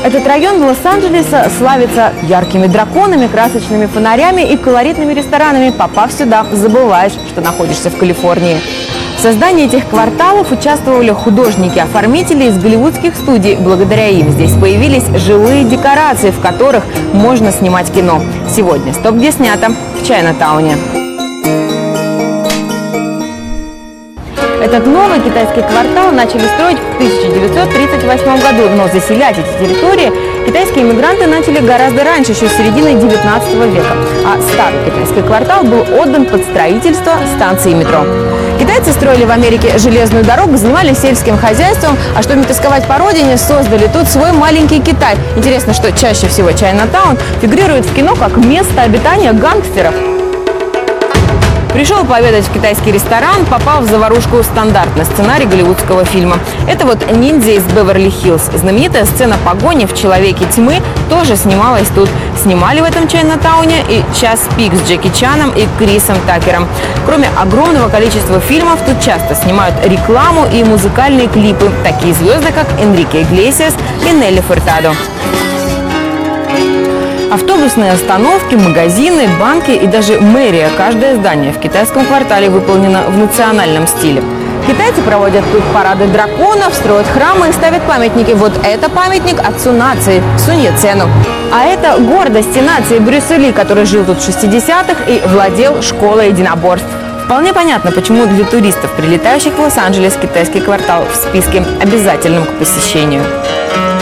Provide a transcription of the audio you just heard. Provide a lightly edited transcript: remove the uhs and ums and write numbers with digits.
Этот район Лос-Анджелеса славится яркими драконами, красочными фонарями и колоритными ресторанами. Попав сюда, забываешь, что находишься в Калифорнии. В создании этих кварталов участвовали художники-оформители из голливудских студий. Благодаря им здесь появились живые декорации, в которых можно снимать кино. Сегодня «Стоп! Где снято» в Чайна-тауне. Этот новый китайский квартал начали строить в 1938 году, но заселять эти территории китайские иммигранты начали гораздо раньше, еще с середины 19 века. А старый китайский квартал был отдан под строительство станции метро. Китайцы строили в Америке железную дорогу, занимались сельским хозяйством, а чтобы не тосковать по родине, создали тут свой маленький Китай. Интересно, что чаще всего Чайна-таун фигурирует в кино как место обитания гангстеров. Пришел пообедать в китайский ресторан, попал в заварушку, стандартный сценарий голливудского фильма. Это вот «Ниндзя из Беверли-Хиллз». Знаменитая сцена погони в «Человеке тьмы» тоже снималась тут. Снимали в этом Чайна-тауне и «Час пик» с Джеки Чаном и Крисом Такером. Кроме огромного количества фильмов, тут часто снимают рекламу и музыкальные клипы. Такие звезды, как Энрике Иглесиас и Нелли Фуртадо. Автобусные остановки, магазины, банки и даже мэрия. Каждое здание в китайском квартале выполнено в национальном стиле. Китайцы проводят тут парады драконов, строят храмы и ставят памятники. Вот это памятник отцу нации Сунь Яцену. А это гордости нации Брюс Ли, который жил тут в 60-х и владел школой единоборств. Вполне понятно, почему для туристов, прилетающих в Лос-Анджелес, китайский квартал в списке обязательным к посещению.